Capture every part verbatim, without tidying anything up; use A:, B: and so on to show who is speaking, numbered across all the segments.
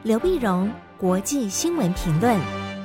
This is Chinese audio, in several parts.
A: 刘必荣国际新闻评论。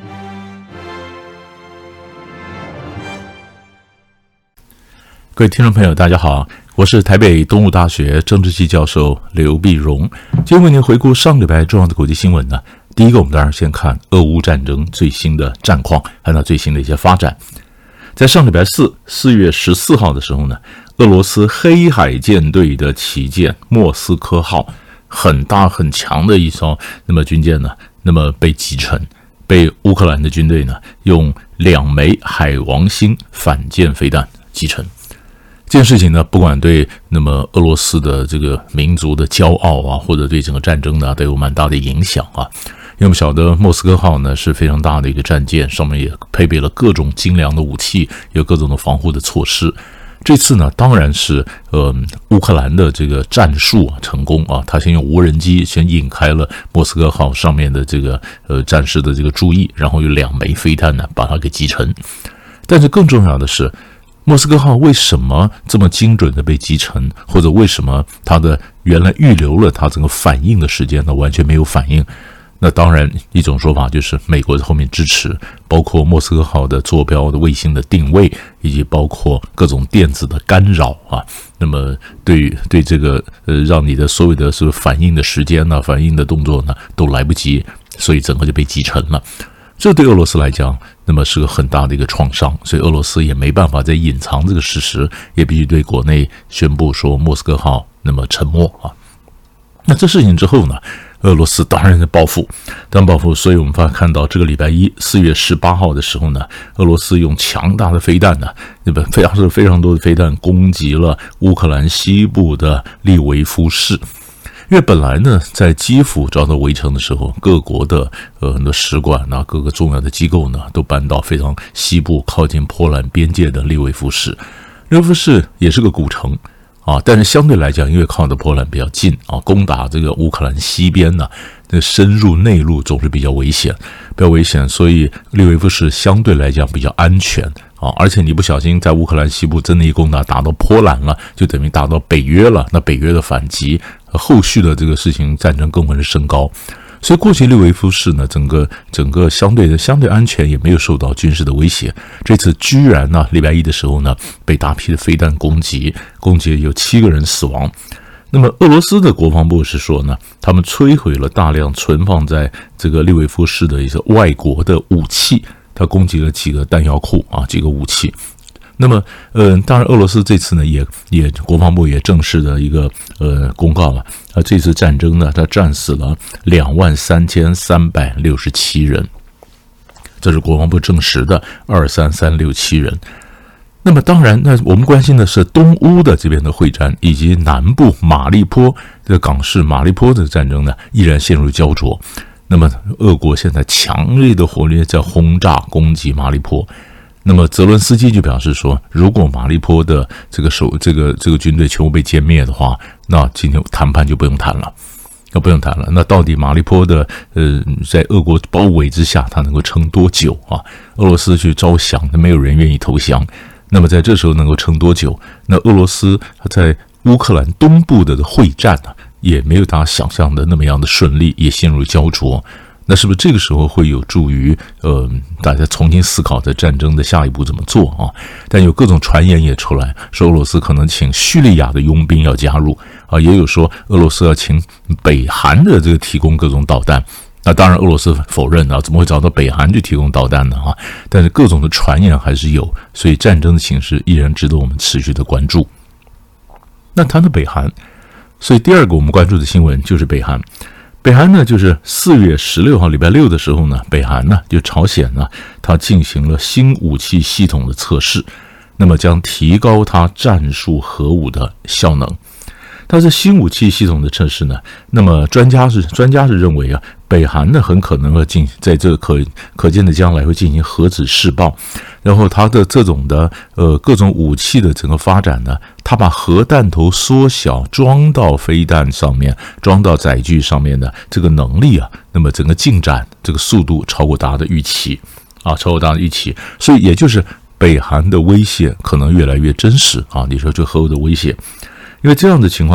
B: 各位听众朋友大家好，我是台北东吴大学政治系教授刘必荣。今天为您回顾上礼拜重要的国际新闻呢。第一个，我们当然先看俄乌战争最新的战况和它最新的一些发展。在上礼拜四四月十四号的时候呢，俄罗斯黑海舰队的旗舰莫斯科号，很大很强的一艘那么军舰呢，那么被击沉，被乌克兰的军队呢用两枚海王星反舰飞弹击沉。这件事情呢，不管对那么俄罗斯的这个民族的骄傲啊，或者对整个战争呢，都有蛮大的影响啊。因为我们晓得莫斯科号呢是非常大的一个战舰，上面也配备了各种精良的武器，有各种的防护的措施。这次呢，当然是呃乌克兰的这个战术啊成功啊，他先用无人机先引开了莫斯科号上面的这个呃战士的这个注意，然后有两枚飞弹呢把它给击沉。但是更重要的是，莫斯科号为什么这么精准的被击沉，或者为什么它的原来预留了它整个反应的时间呢完全没有反应？那当然一种说法就是美国在后面支持，包括莫斯科号的坐标的卫星的定位，以及包括各种电子的干扰啊，那么对对这个呃让你的所有的是反应的时间呢、反应的动作呢都来不及，所以整个就被击沉了。这对俄罗斯来讲，那么是个很大的一个创伤，所以俄罗斯也没办法再隐藏这个事实，也必须对国内宣布说莫斯科号那么沉没啊。那这事情之后呢，俄罗斯当然是报复，当然报复，所以我们看到这个礼拜一四月十八号的时候呢，俄罗斯用强大的飞弹呢，那么非常是非常多的飞弹攻击了乌克兰西部的利维夫市。因为本来呢，在基辅遭到围城的时候，各国的呃很多使馆啊，各个重要的机构呢，都搬到非常西部靠近波兰边界的利维夫市。利维夫市也是个古城啊，但是相对来讲，因为靠的波兰比较近啊，攻打这个乌克兰西边呢，这个深入内陆总是比较危险，比较危险，所以利维夫市相对来讲比较安全啊，而且你不小心在乌克兰西部真的一攻打打到波兰了，就等于打到北约了，那北约的反击，后续的这个事情战争更会是升高。所以过去利维夫市呢，整个整个相对的相对安全，也没有受到军事的威胁。这次居然呢，礼拜一的时候呢，被大批的飞弹攻击，攻击有七个人死亡。那么俄罗斯的国防部是说呢，他们摧毁了大量存放在这个利维夫市的一些外国的武器，他攻击了几个弹药库啊，几个武器。那么，呃，当然，俄罗斯这次呢，也也国防部也正式的一个呃公告了，啊，这次战争呢，他战死了两万三千三百六十七人，这是国防部证实的二三三六七人。那么，当然，那我们关心的是东乌的这边的会战，以及南部马利坡的港市马利坡的战争呢，依然陷入焦灼。那么，俄国现在强烈的火力在轰炸攻击马利坡。那么泽伦斯基就表示说，如果马利坡的这个手这个这个军队全部被歼灭的话，那今天谈判就不用谈了，那不用谈了。那到底马利坡的呃在俄国包围之下，它能够撑多久啊？俄罗斯去招降，没有人愿意投降。那么在这时候能够撑多久？那俄罗斯在乌克兰东部的会战呢，也没有大家想象的那么样的顺利，也陷入焦灼。那是不是这个时候会有助于呃大家重新思考在战争的下一步怎么做啊？但有各种传言也出来，说俄罗斯可能请叙利亚的佣兵要加入啊，也有说俄罗斯要请北韩的这个提供各种导弹。那当然俄罗斯否认啊，怎么会找到北韩去提供导弹呢啊？但是各种的传言还是有，所以战争的形势依然值得我们持续的关注。那谈到北韩，所以第二个我们关注的新闻就是北韩。北韩呢，就是四月十六号礼拜六的时候呢，北韩呢就朝鲜呢，它进行了新武器系统的测试，那么将提高它战术核武的效能。它是新武器系统的测试呢，那么专家是专家是认为啊，北韩呢很可能会进在这个可可见的将来会进行核子试爆，然后它的这种的呃各种武器的整个发展呢，它把核弹头缩小装到飞弹上面，装到载具上面的这个能力啊，那么整个进展这个速度超过大家的预期啊，超过大家的预期，所以也就是北韩的威胁可能越来越真实啊，你说这核武的威胁。因为这样的情况呢，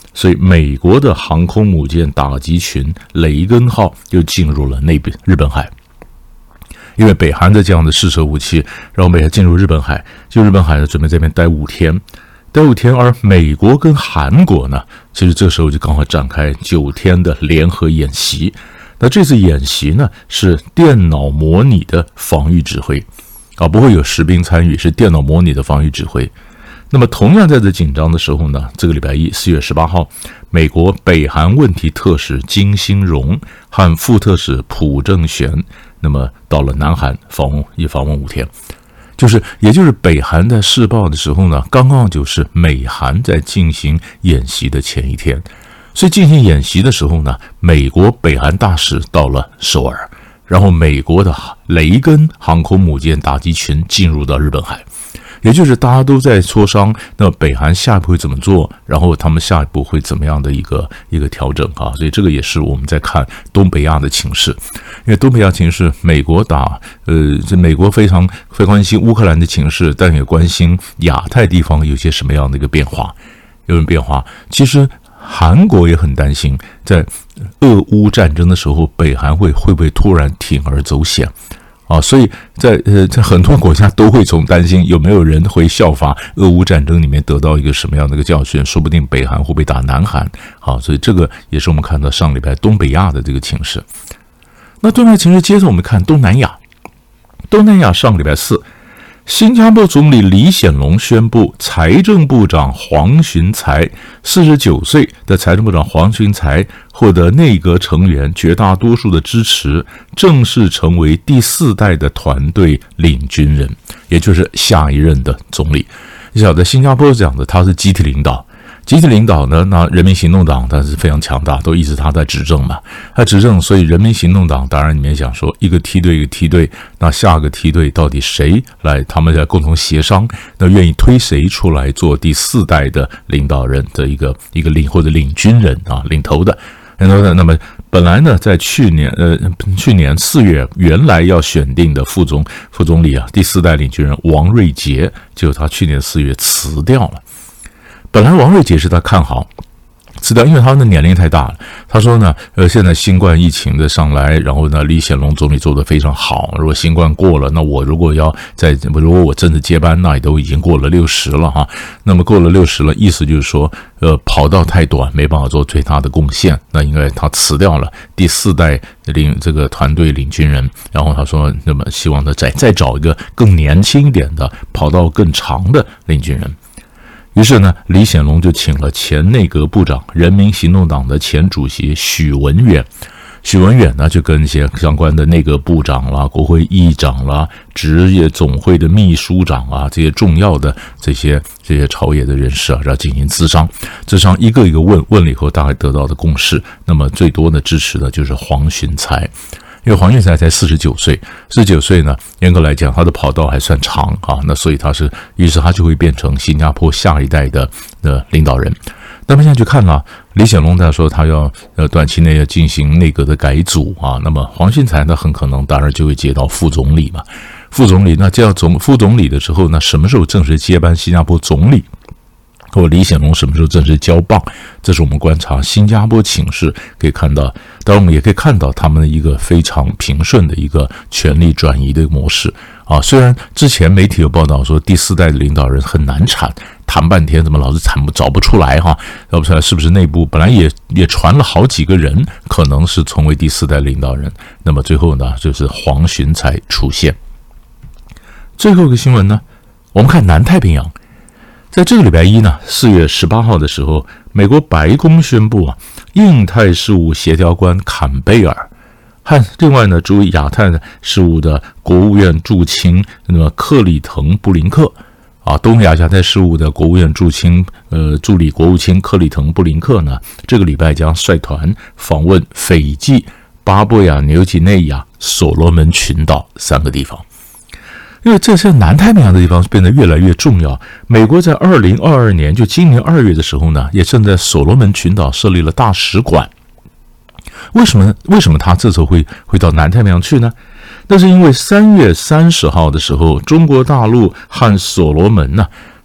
B: 所以美国的航空母舰打击群雷根号就进入了那边日本海。因为北韩的这样的试射武器，然后美韩进入日本海，就日本海呢准备在这边待五天。待五天，而美国跟韩国呢，其实这时候就刚好展开九天的联合演习。那这次演习呢，是电脑模拟的防御指挥，啊，不会有实兵参与，是电脑模拟的防御指挥。那么，同样在这紧张的时候呢，这个礼拜一，四月十八号，美国北韩问题特使金星荣和副特使朴正玄，那么到了南韩访问，也访问五天。就是，也就是北韩在试爆的时候呢，刚刚就是美韩在进行演习的前一天，所以进行演习的时候呢，美国北韩大使到了首尔，然后美国的雷根航空母舰打击群进入到日本海，也就是大家都在磋商，那北韩下一步会怎么做，然后他们下一步会怎么样的一个一个调整啊？所以这个也是我们在看东北亚的情势。因为东北亚情势，美国打呃，这美国非常非常关心乌克兰的情势，但也关心亚太地方有些什么样的一个变化，有什么变化？其实韩国也很担心，在俄乌战争的时候，北韩会会不会突然铤而走险啊？所以在呃，在很多国家都会从担心有没有人会效法俄乌战争里面得到一个什么样的一个教训，说不定北韩会不会打南韩？好，所以这个也是我们看到上礼拜东北亚的这个情势。那东南亚情势，接着我们看东南亚。东南亚上个礼拜四，新加坡总理李显龙宣布，财政部长黄循财，四十九岁的财政部长黄循财获得内阁成员绝大多数的支持，正式成为第四代的团队领军人，也就是下一任的总理。你晓得新加坡讲的，他是集体领导。集体领导呢，那人民行动党它是非常强大，都一直他在执政嘛，他执政，所以人民行动党当然里面想说一个梯队一个梯队，那下个梯队到底谁来，他们在共同协商，那愿意推谁出来做第四代的领导人的一个一个领或者领军人啊，领头的。那么本来呢，在去年呃去年四月原来要选定的副总副总理啊，第四代领军人王瑞杰，结果他去年四月辞掉了。本来王瑞杰是他看好，辞掉，因为他的年龄太大了。他说呢，呃，现在新冠疫情的上来，然后呢，李显龙总理做得非常好。如果新冠过了，那我如果要在，如果我真的接班，那也都已经过了六十了哈。那么过了六十了，意思就是说，呃，跑道太短，没办法做最大的贡献。那应该他辞掉了第四代领这个团队领军人。然后他说，那么希望他再再找一个更年轻一点的，跑道更长的领军人。于是呢，李显龙就请了前内阁部长、人民行动党的前主席许文远。许文远呢，就跟一些相关的内阁部长啦、国会议长啦、职业总会的秘书长啊，这些重要的这些这些朝野的人士啊，要进行咨商。咨商一个一个问，问了以后，大概得到的共识，那么最多的支持的就是黄循财。因为黄循财才四十九岁，四十九岁呢，严格来讲，他的跑道还算长啊，那所以他是，于是他就会变成新加坡下一代的的领导人。那么现在去看了，李显龙他说他要呃短期内要进行内阁的改组啊，那么黄循财呢，很可能当然就会接到副总理嘛，副总理那接到总副总理的时候，那什么时候正式接班新加坡总理？或李显龙什么时候正式交棒？这是我们观察新加坡情势可以看到，当然我们也可以看到他们的一个非常平顺的一个权力转移的模式啊。虽然之前媒体有报道说第四代的领导人很难产，谈半天怎么老是产不找不出来哈，找不出来是不是内部本来也也传了好几个人可能是成为第四代领导人，那么最后呢就是黄循财出现。最后一个新闻呢，我们看南太平洋。在这个礼拜一呢，四月十八号的时候，美国白宫宣布啊，印太事务协调官坎贝尔和另外呢，主亚太事务的国务院驻青那么克里滕布林克啊，东亚亚太事务的国务院驻青呃助理国务卿克里滕布林克呢，这个礼拜将率团访问斐济、巴布亚纽几内亚、所罗门群岛三个地方。因为这些南太平洋的地方变得越来越重要。美国在二零二二年，就今年二月的时候呢，也正在所罗门群岛设立了大使馆。为什么？为什么他这时候会会到南太平洋去呢？那是因为三月三十号的时候，中国大陆和所罗门呢、啊，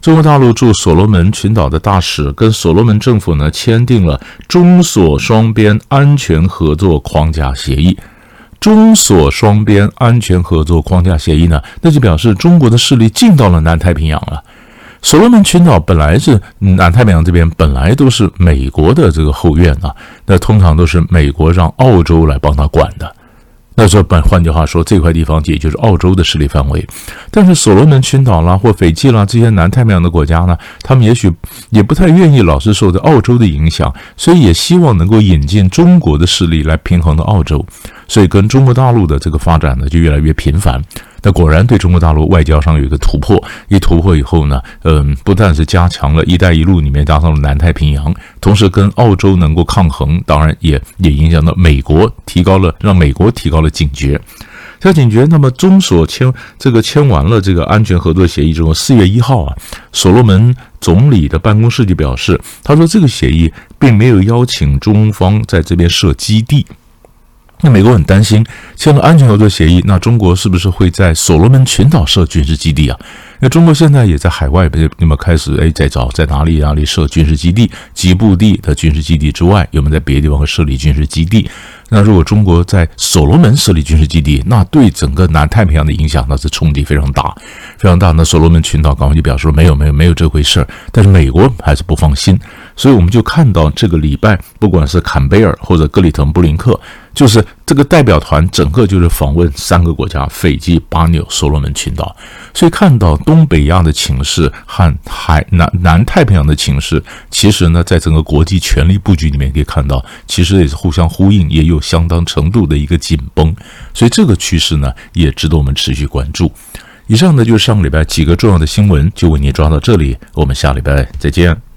B: 中国大陆驻所罗门群岛的大使跟所罗门政府呢签订了中所双边安全合作框架协议。中所双边安全合作框架协议呢，那就表示中国的势力进到了南太平洋了。所罗门群岛本来是南太平洋这边本来都是美国的这个后院啊，那通常都是美国让澳洲来帮他管的。那时候换句话说，这块地方也就是澳洲的势力范围。但是所罗门群岛啦或斐济啦这些南太平洋的国家呢，他们也许也不太愿意老是受着澳洲的影响，所以也希望能够引进中国的势力来平衡到澳洲，所以跟中国大陆的这个发展呢就越来越频繁。那果然对中国大陆外交上有一个突破，一突破以后呢，嗯，不但是加强了一带一路里面加上了南太平洋，同时跟澳洲能够抗衡，当然也也影响到美国，提高了让美国提高了警觉。要警觉，那么中所签这个签完了这个安全合作协议之后，四月一号啊，所罗门总理的办公室就表示，他说这个协议并没有邀请中方在这边设基地。那美国很担心签了安全合作协议，那中国是不是会在所罗门群岛设军事基地啊？那中国现在也在海外，那么开始哎在找在哪里哪里设军事基地，吉布地的军事基地之外，有没有在别的地方会设立军事基地？那如果中国在所罗门设立军事基地，那对整个南太平洋的影响那是冲击非常大，非常大。那所罗门群岛赶快就表示说没有没有没有这回事，但是美国还是不放心，所以我们就看到这个礼拜，不管是坎贝尔或者格里滕布林克，就是这个代表团整个就是访问三个国家：斐济、巴纽、所罗门群岛。所以看到东北亚的情势和海南南太平洋的情势，其实呢，在整个国际权力布局里面可以看到，其实也是互相呼应，也有相当程度的一个紧绷。所以这个趋势呢，也值得我们持续关注。以上呢，就是上个礼拜几个重要的新闻，就为您抓到这里，我们下礼拜再见。